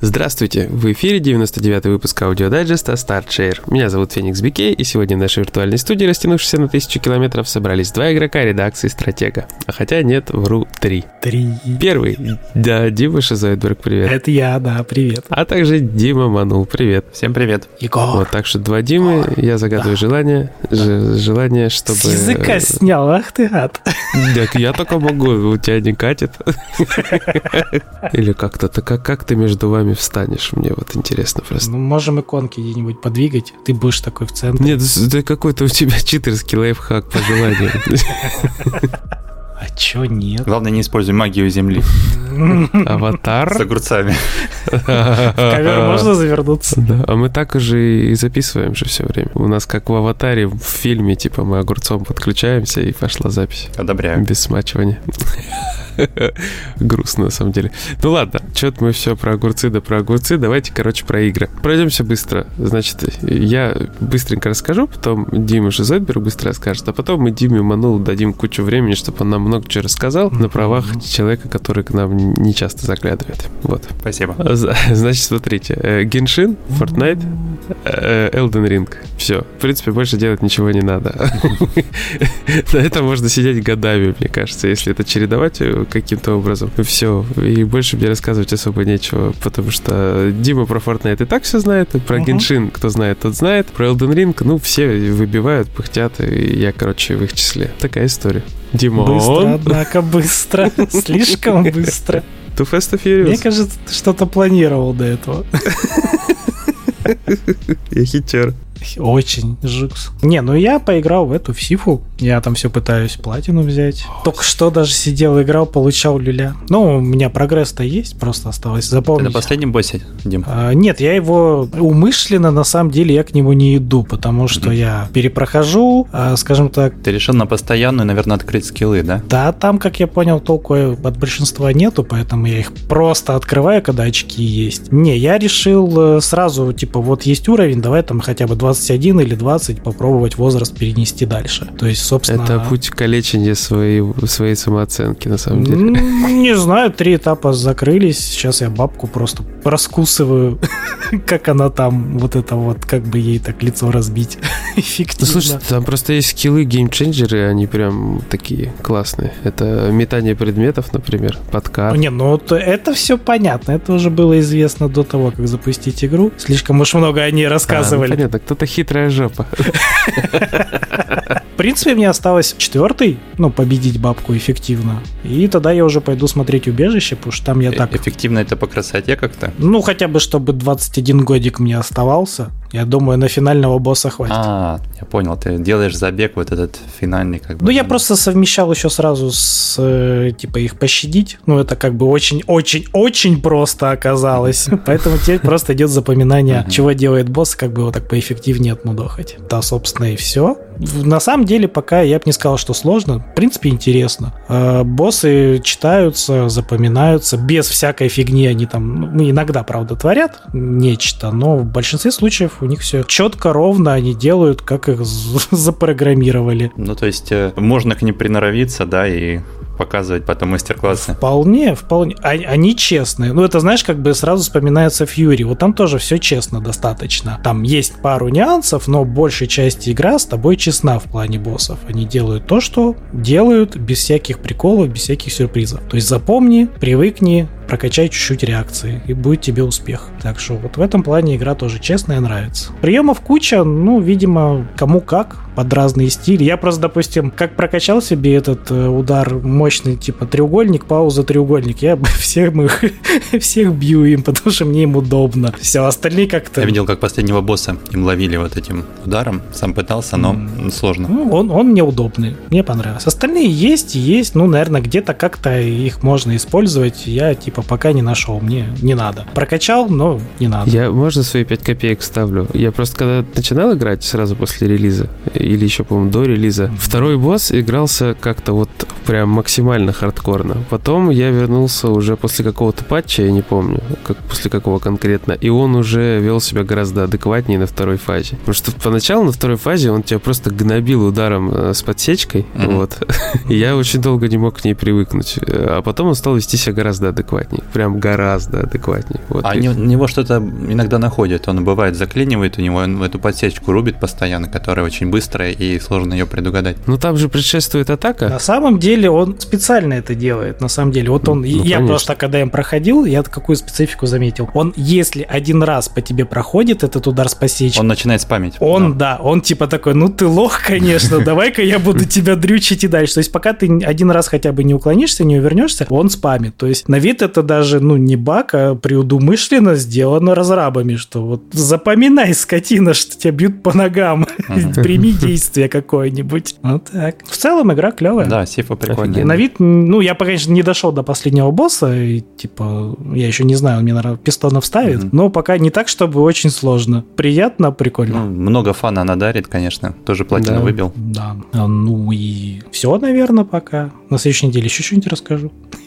Здравствуйте! В эфире 99-й выпуск аудиодайджеста StartShare. Меня зовут Феникс Бикей, и сегодня в нашей виртуальной студии, растянувшейся на 1000 километров, собрались два игрока редакции «Стратега». А хотя нет, вру, три. Первый, да, Дима Шизойдберг, привет. Это я, да, привет. А также Дима Манул, привет. Всем привет. Егор. Вот, так что два Димы, я загадываю желание, чтобы... С языка снял, ах ты гад. Так я только могу, у тебя не катит. Или как-то, как ты между вами встанешь, мне вот интересно просто. Ну, можем иконки где-нибудь подвигать, ты будешь такой в центре. Нет, да какой-то у тебя читерский лайфхак по желанию. А чё нет? Главное, не используй магию Земли. Аватар? С огурцами. В ковер можно завернуться? Да, а мы так уже и записываем же все время. У нас как в «Аватаре», в фильме, типа мы огурцом подключаемся, и пошла запись. Одобряю. Без смачивания. Грустно, на самом деле. Ну ладно, что-то мы все про огурцы, да про огурцы. Давайте, про игры. Пройдемся быстро. Значит, я быстренько расскажу, потом Дима Шизойдберг быстро расскажет, а потом мы Диме Манулу дадим кучу времени, чтобы он нам много чего рассказал на правах человека, который к нам не часто заглядывает. Вот. Спасибо. Значит, смотрите. Genshin, Fortnite, Elden Ring. Все. В принципе, больше делать ничего не надо. На этом можно сидеть годами, мне кажется, если это чередовать каким-то образом. Все. И больше мне рассказывать особо нечего, потому что Дима про Fortnite и так все знает, про Genshin, кто знает, тот знает. Про Elden Ring, ну, все выбивают, пыхтят, и я, в их числе. Такая история. Димон. Быстро, однако, быстро. Слишком быстро. Too Fast and Furious. Мне кажется, ты что-то планировал до этого. Я хитер. Очень жукс. Не, ну я поиграл в эту Сифу. Я там все пытаюсь платину взять. Только что даже сидел, играл, получал люля. Ну, у меня прогресс-то есть, просто осталось запомнить. Ты на последнем боссе, Дим? Нет, я его умышленно, на самом деле, я к нему не иду, потому что я перепрохожу, скажем так... Ты решил на постоянную, наверное, открыть скиллы, да? Да, там, как я понял, толку от большинства нету, поэтому я их просто открываю, когда очки есть. Не, я решил сразу, типа, вот есть уровень, давай там хотя бы 21 или 20 попробовать возраст перенести дальше. То есть, собственно... Это путь калечения своей самооценки, на самом деле. Не знаю, 3 этапа закрылись. Сейчас я бабку просто раскусываю, как она там, вот это вот, как бы ей так лицо разбить эффективно. Ну, слушай, там просто есть скиллы, геймченджеры, они прям такие классные. Это метание предметов, например, подкат. Не, ну вот это все понятно. Это уже было известно до того, как запустить игру. Слишком уж много о ней рассказывали. Ну, понятно, кто-то хитрая жопа. В принципе, мне осталось 4-й, победить бабку эффективно. И тогда я уже пойду смотреть «Убежище», потому что там я так... Эффективно это по красоте как-то? Ну, хотя бы, чтобы 21 годик мне оставался. Я думаю, на финального босса хватит. Я понял, ты делаешь забег вот этот финальный как бы. Ну, я просто совмещал еще сразу с, их пощадить. Ну, это как бы очень-очень-очень просто оказалось. Поэтому теперь просто идет запоминание, чего делает босс, как бы его так поэффективнее отмудохать. Да, собственно, и все. На самом деле, пока я бы не сказал, что сложно. В принципе, интересно. Боссы читаются, запоминаются. Без всякой фигни они там иногда, правда, творят нечто, но в большинстве случаев у них все четко, ровно, они делают, как их запрограммировали. Ну, то есть, можно к ним приноровиться, да, и показывать потом мастер-классы. Вполне. Они честные. Ну, это, знаешь, как бы сразу вспоминается Фьюри. Вот там тоже все честно достаточно. Там есть пару нюансов, но большая часть игра с тобой честна в плане боссов. Они делают то, что делают, без всяких приколов, без всяких сюрпризов. То есть запомни, привыкни, прокачай чуть-чуть реакции, и будет тебе успех. Так что вот в этом плане игра тоже честная, нравится. Приемов куча, видимо, кому как, под разные стили. Я просто, допустим, как прокачал себе этот удар мощный, типа треугольник, пауза, треугольник, я всех бью им, потому что мне им удобно. Все, остальные как-то... Я видел, как последнего босса им ловили вот этим ударом. Сам пытался, но сложно. Он мне удобный, мне понравился. Остальные есть, наверное, где-то как-то их можно использовать. Я, пока не нашел, мне не надо. Прокачал, но не надо. Я, можно, свои 5 копеек вставлю? Я просто, когда начинал играть сразу после релиза, или еще, по-моему, до релиза. Второй босс игрался как-то вот прям максимально хардкорно. Потом я вернулся уже после какого-то патча, я не помню, после какого конкретно, и он уже вел себя гораздо адекватнее на второй фазе. Потому что поначалу на второй фазе он тебя просто гнобил ударом с подсечкой, вот. И я очень долго не мог к ней привыкнуть. А потом он стал вести себя гораздо адекватнее. Прям гораздо адекватнее. Вот. А у него что-то иногда находит. Он бывает заклинивает, у него он в эту подсечку рубит постоянно, которая очень быстрая и сложно ее предугадать. Ну там же предшествует атака. На самом деле он специально это делает. На самом деле. Вот он, я конечно. Просто когда им проходил, я какую специфику заметил. Он, если один раз по тебе проходит этот удар с подсечкой, он начинает спамить. Он типа такой, ну ты лох, конечно, давай-ка я буду тебя дрючить и дальше. То есть пока ты один раз хотя бы не уклонишься, не увернешься, он спамит. То есть на вид это даже, не баг, а предумышленно сделано разрабами, что вот запоминай, скотина, что тебя бьют по ногам, прими действие какое-нибудь. Вот так. В целом игра клевая. Да, Сифа прикольная. На вид, я, конечно, не дошел до последнего босса, и, типа, я еще не знаю, он мне, наверное, пистонов ставит, но пока не так, чтобы очень сложно. Приятно, прикольно. Много фана она дарит, конечно. Тоже платину выбил. Да. И все, наверное, пока. На следующей неделе еще что-нибудь расскажу.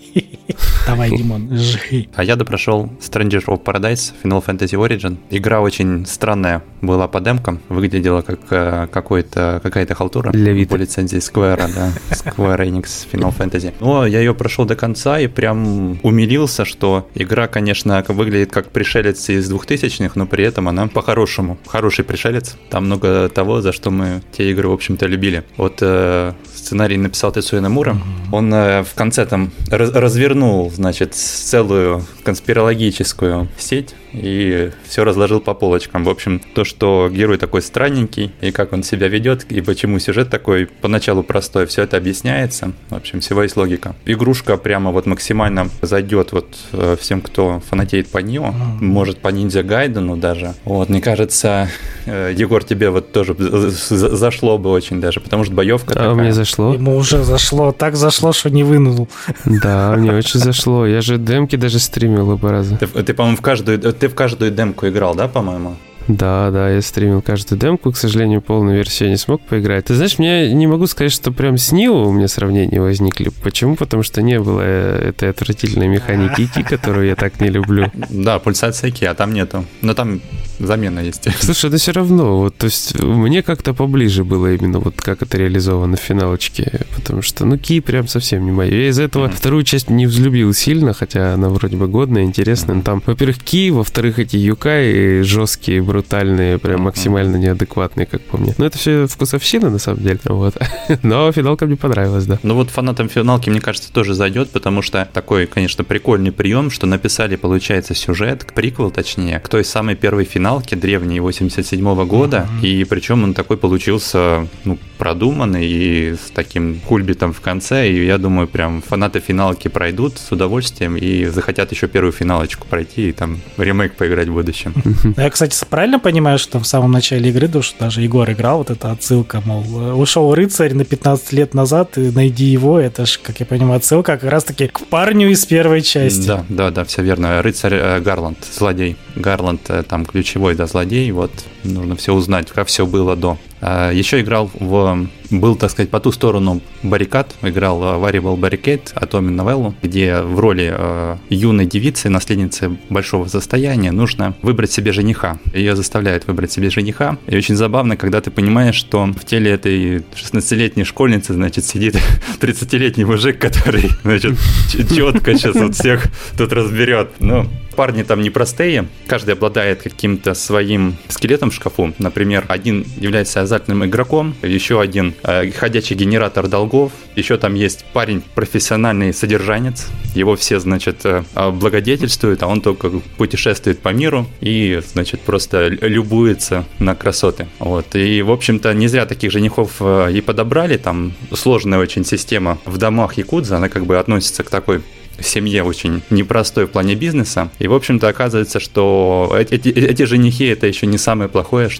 Давай, Димон, жги. А я допрошел Stranger of Paradise Final Fantasy Origin. Игра очень странная была по демкам. Выглядела как какая-то халтура по лицензии Square, да. Square Enix Final Fantasy. Но я ее прошел до конца и прям умилился, что игра, конечно, выглядит как пришелец из 2000-х, но при этом она по-хорошему. Хороший пришелец. Там много того, за что мы те игры, в общем-то, любили. Вот сценарий написал Тецуя Nomura. Он в конце там развернул, значит, целую конспирологическую сеть и все разложил по полочкам. В общем, то, что герой такой странненький, и как он себя ведет, и почему сюжет такой поначалу простой, все это объясняется. В общем, всего есть логика. Игрушка прямо вот максимально зайдет вот всем, кто фанатеет по Нио, может по Ниндзя Гайдену даже. Вот, мне кажется, Егор, тебе вот тоже зашло бы очень даже, потому что боевка такая. Мне зашло. Ему уже зашло, так зашло, что не вынул. Да, мне очень зашло. Я же демки даже стримил оба раза. Ты, по-моему, в каждую демку играл, да, по-моему? Да, я стримил каждую демку, к сожалению, полную версию я не смог поиграть. Ты знаешь, мне не могу сказать, что прям с Нио у меня сравнения возникли. Почему? Потому что не было этой отвратительной механики Ки, которую я так не люблю. Да, пульсация Ки, а там нету. Но там замена есть. Слушай, это все равно, вот, то есть мне как-то поближе было именно вот как это реализовано в финалочке, потому что, Ки прям совсем не моё. Я из-за этого вторую часть не взлюбил сильно, хотя она вроде бы годная, интересная. Но там, во-первых, Ки, во-вторых, эти юкаи жесткие, брутальные, прям максимально неадекватные, как по мне. Это все вкусовщина, на самом деле. Вот. Но финалка мне понравилась, да. Вот фанатам финалки, мне кажется, тоже зайдет, потому что такой, конечно, прикольный прием, что написали, получается, сюжет, приквел, точнее, к той самой первой финалке, древней, 87-го года, и причем он такой получился, продуманный и с таким кульбитом в конце, и я думаю, прям фанаты финалки пройдут с удовольствием и захотят еще первую финалочку пройти и там ремейк поиграть в будущем. Я, кстати, правильно понимаю, что в самом начале игры, даже Егор играл, вот эта отсылка, мол, ушел рыцарь на 15 лет назад, и найди его, это ж, как я понимаю, отсылка как раз-таки к парню из первой части. Да, все верно. Рыцарь Гарланд, злодей. Гарланд там ключевой, злодей, вот, нужно все узнать, как все было до. Еще играл был, так сказать, по ту сторону баррикад, играл Variable Barricade от Omen Novello, где в роли юной девицы, наследницы большого состояния, нужно выбрать себе жениха. Ее заставляют выбрать себе жениха. И очень забавно, когда ты понимаешь, что в теле этой 16-летней школьницы, значит, сидит 30-летний мужик, который, значит, четко сейчас вот всех тут разберет. Парни там непростые, каждый обладает каким-то своим скелетом в шкафу. Например, один является азартным игроком, еще один ходячий генератор долгов, еще там есть парень профессиональный содержанец, его все, значит, благодетельствуют, а он только путешествует по миру и, значит, просто любуется на красоты. Вот. И, в общем-то, не зря таких женихов и подобрали, там сложная очень система в домах якудза, она как бы относится к такой семье очень непростой в плане бизнеса. И, в общем-то, оказывается, что эти женихи — это еще не самое плохое, что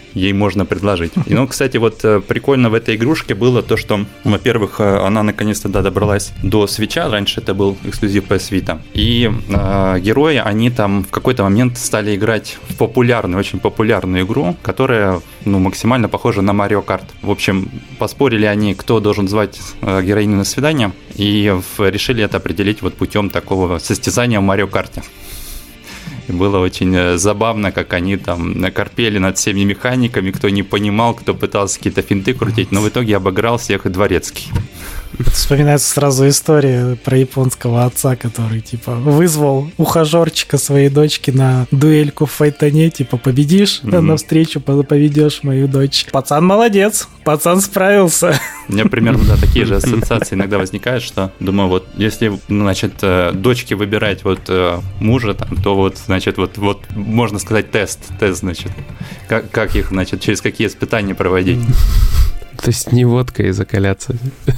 ей можно предложить. И, ну, кстати, вот прикольно в этой игрушке было то, что, во-первых, она наконец-то добралась до Switch'а, раньше это был эксклюзив PS Vita, и герои, они там в какой-то момент стали играть в популярную, очень популярную игру, которая, ну, максимально похожа на Mario Kart. В общем, поспорили они, кто должен звать героиню на свидание, и решили это определить вот путем такого состязания в Mario Kart. И было очень забавно, как они там накорпели над всеми механиками, кто не понимал, кто пытался какие-то финты крутить, но в итоге обыграл всех Дворецкий. Вспоминается сразу история про японского отца, который, типа, вызвал ухажерчика своей дочки на дуэльку в файтоне, типа, победишь, навстречу поведешь мою дочь. Пацан молодец, пацан справился. У меня примерно, да, такие же ассоциации иногда возникают, что, думаю, вот, если, значит, дочке выбирать вот мужа, там, то вот, значит, вот можно сказать тест, значит, как их, значит, через какие испытания проводить. То есть не водкой закаляться.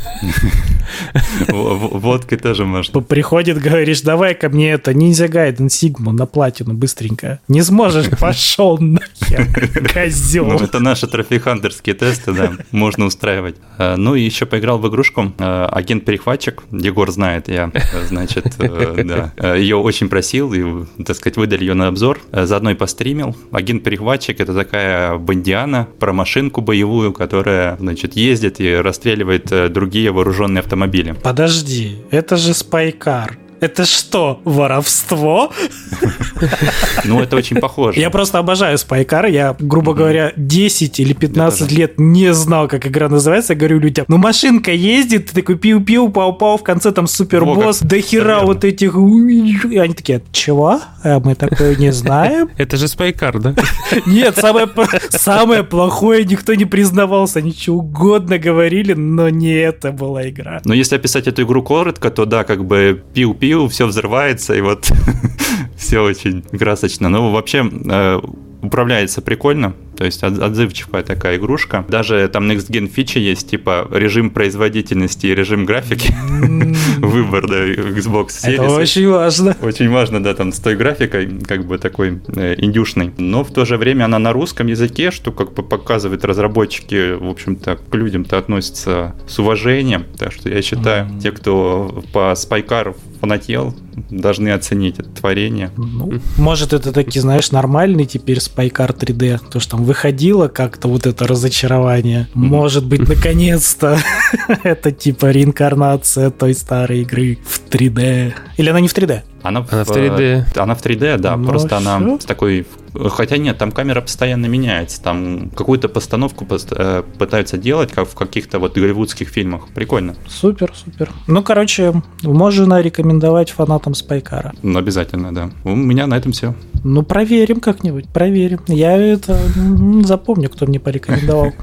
Водкой тоже можно. Приходит, говоришь, давай ко мне это Ninja Gaiden Sigma на платину быстренько. Не сможешь, пошел нахер, козел. Ну, это наши трофей-хантерские тесты, да, можно устраивать. Ну и еще поиграл в игрушку «Агент-перехватчик». Егор знает, я, значит, да, ее очень просил, и, так сказать, выдали ее на обзор. Заодно и постримил. «Агент-перехватчик» — это такая бандиана про машинку боевую, которая, значит, ездит и расстреливает другие вооруженные автомобили. Подожди, это же Спайкар. Это что, воровство? Ну, это очень похоже. Я просто обожаю Спайкар. Я, грубо говоря, 10 или 15 лет не знал, как игра называется. Я говорю людям, ну машинка ездит, ты такой пиу-пиу, пау-пау, в конце там супербосс, до хера вот этих... И они такие, чего? Мы такое не знаем. Это же Спайкар, да? Нет, самое плохое, никто не признавался, они что угодно говорили, но не это была игра. Но если описать эту игру коротко, то да, как бы пиу-пиу, все взрывается, и вот все очень красочно. Но вообще управляется прикольно, то есть отзывчивая такая игрушка. Даже там Next Gen фичи есть, типа режим производительности и режим графики. Выбор, да, Xbox Series. Это очень важно. Очень важно, да, там с той графикой, как бы такой индюшной. Но в то же время она на русском языке, что как бы показывает разработчики, в общем-то, к людям-то относятся с уважением. Так что я считаю, те, кто по Спайкару фанател, должны оценить это творение. Ну, может, это таки, знаешь, нормальный теперь Спайкар 3D, то, что там выходило как-то вот это разочарование. Может быть, наконец-то это типа реинкарнация той старой игры в 3D. Или она не в 3D? Она в 3D. Она в 3D, да, Ну, просто всё. она с такой... Хотя нет, там камера постоянно меняется, там какую-то постановку пытаются делать, как в каких-то вот голливудских фильмах. Прикольно. Супер, супер. Ну, короче, можно рекомендовать фанатам Спайкара. Ну, обязательно, да. У меня на этом все. Ну, проверим как-нибудь, проверим. Я это запомню, кто мне порекомендовал.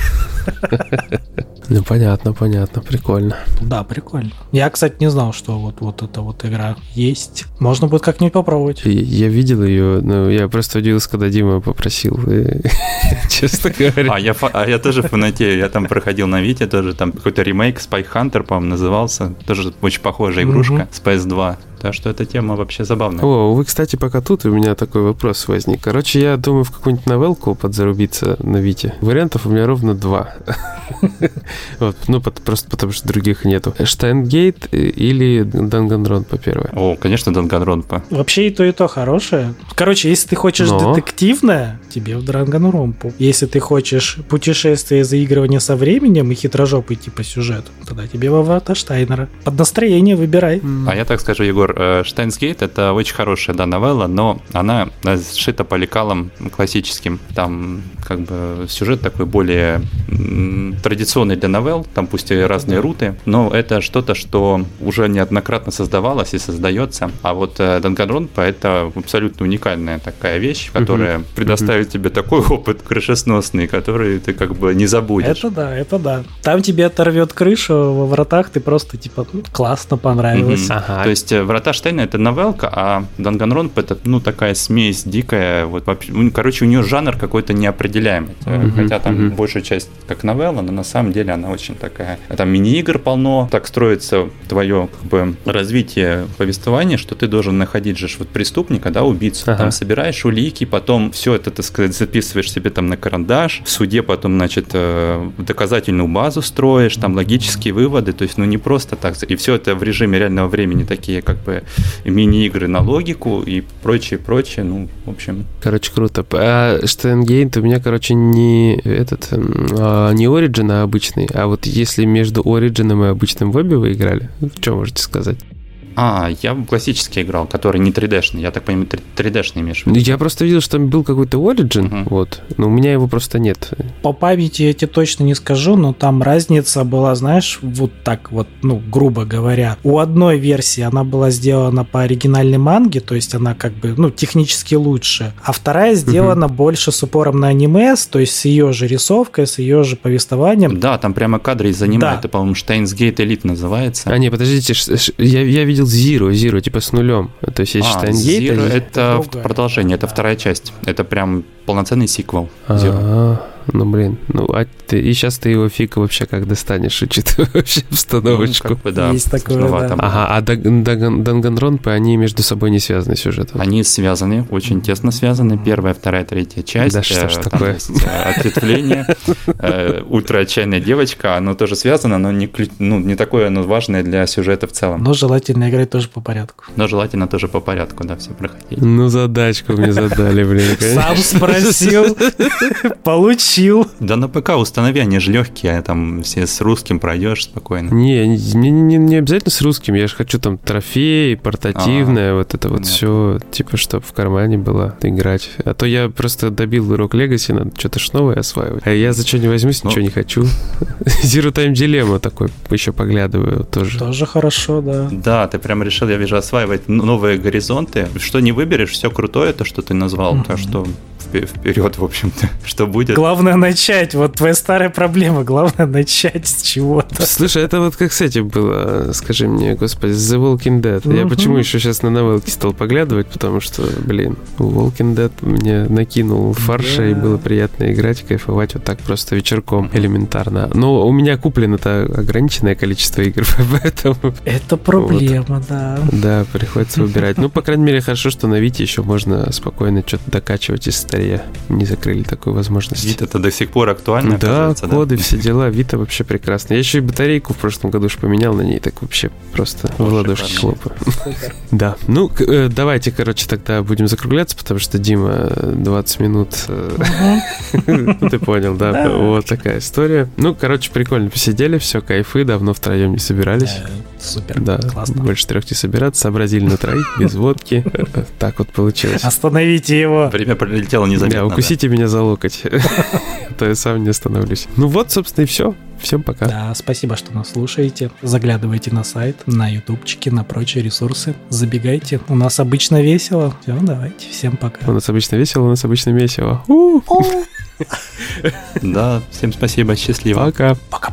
Ну, понятно, прикольно. Да, прикольно. Я, кстати, не знал, что вот эта вот игра есть. Можно будет как-нибудь попробовать. Я видел ее, но я просто удивился, когда Дима попросил, честно говоря. Я тоже фанатею, я там проходил на Вите, тоже там какой-то ремейк Spy Hunter, по-моему, назывался. Тоже очень похожая игрушка с PS2. Так что эта тема вообще забавная. О, вы, кстати, пока тут, у меня такой вопрос возник. Короче, я думаю в какую-нибудь новелку подзарубиться на Вите. Вариантов у меня ровно 2. Вот, ну, просто потому что других нету. Штайнгейт или Данганронпа первое? О, конечно, Данганронпа. Вообще и то хорошее. Короче, если ты хочешь детективное, тебе в Данганронпу. Если ты хочешь путешествие, заигрывание со временем и хитрожопый типа сюжет, тогда тебе во Врата Штайнера. Под настроение выбирай. А я так скажу, Егор, Штайнсгейт — это очень хорошая, да, новелла, но она сшита по лекалам классическим. Там как бы сюжет такой более традиционный для новелл, там пусть и разные руты, но это что-то, что уже неоднократно создавалось и создается. А вот Данганронпа — это абсолютно уникальная такая вещь, которая предоставит тебе такой опыт крышесносный, который ты как бы не забудешь. Это да. Там тебе оторвет крышу во Вратах, ты просто типа классно, понравилось. То есть Врата Врата Штейна — это новелка, а Данганронпа — это, такая смесь дикая. Вот, короче, у нее жанр какой-то неопределяемый. Хотя там большая часть как новелла, но на самом деле она очень такая... Там мини-игр полно. Так строится твое развитие повествования, что ты должен находить же преступника, да, убийцу. Там собираешь улики, потом все это, так сказать, записываешь себе там на карандаш. В суде потом, значит, доказательную базу строишь, там логические выводы. То есть, не просто так. И все это в режиме реального времени, такие мини-игры на логику и прочее. В общем... Короче, круто. А Штейнгейт у меня, не Origin, а обычный. А вот если между Origin и обычным вебе вы играли, что можете сказать? Я в классический играл, который не 3D-шный. Я так понимаю, 3D-шный имеешь в виду? Я просто видел, что там был какой-то Origin, но у меня его просто нет. По памяти я тебе точно не скажу, но там разница была, знаешь, вот так вот, грубо говоря. У одной версии она была сделана по оригинальной манге, то есть она технически лучше, а вторая сделана больше с упором на аниме, то есть с ее же рисовкой, с ее же повествованием. Да, там прямо кадры из аниме, да. Это, по-моему, Штейнс-Гейт Элит называется. Не, подождите, я видел Zero, типа с нулем. То есть есть Штейнгейт. Zero — это продолжение, это вторая часть. Это прям полноценный сиквел. И сейчас ты его фиг вообще как достанешь, учитывая вообще обстановочку. Да, есть такое, да. А Данганронпа, они между собой не связаны сюжетом? Они связаны, очень тесно связаны. Первая, вторая, третья часть. Да что ж такое? Ответвление. Ультра-отчаянная девочка, оно тоже связано, но не такое оно важное для сюжета в целом. Но желательно играть тоже по порядку. Да, все проходить. Задачку мне задали, блин. Сам спросил, получил. Да на ПК установи, они же легкие, там все с русским пройдешь спокойно. Не обязательно с русским, я же хочу там трофей, портативное, вот это вот все, типа, чтобы в кармане было играть. А то я просто добил Rogue Legacy, надо что-то новое осваивать. А я за что не возьмусь, ничего не хочу. Zero Time Dilemma такой, еще поглядываю тоже. Тоже хорошо, да. Да, ты прям решил, я вижу, осваивать новые горизонты. Что не выберешь, все крутое, то, что ты назвал, так что вперед, в общем-то, что будет. Главное начать, вот твоя старая проблема, главное начать с чего-то. Слушай, это вот как с этим было, скажи мне, господи, с The Walking Dead. Я почему еще сейчас на новелки стал поглядывать, потому что, Walking Dead мне накинул фарша, и было приятно играть, кайфовать вот так просто вечерком, элементарно. Но у меня куплено-то ограниченное количество игр, поэтому... Это проблема, да. Да, приходится выбирать. По крайней мере, хорошо, что на Вите еще можно спокойно что-то докачивать из старья. Не закрыли такую возможность. Вита-то до сих пор актуально, да, коды, все дела. Вита вообще прекрасно. Я еще и батарейку в прошлом году поменял на ней, так вообще просто в ладошки хлопаю. Да. Давайте, тогда будем закругляться, потому что Дима 20 минут... Ты понял, да? Вот такая история. Прикольно посидели, все, кайфы, давно втроем не собирались. Супер, да, классно. Больше 3 не собираться, сообразили на 3 без водки. Так вот получилось. Остановите его. Время пролетело незаметно. Да, укусите меня за локоть, а то я сам не остановлюсь. Собственно, и все. Всем пока. Да, спасибо, что нас слушаете. Заглядывайте на сайт, на ютубчики, на прочие ресурсы. Забегайте. У нас обычно весело. Все, давайте. Всем пока. У нас обычно весело, у нас обычно весело. Да, всем спасибо. Счастливо. Пока. Пока.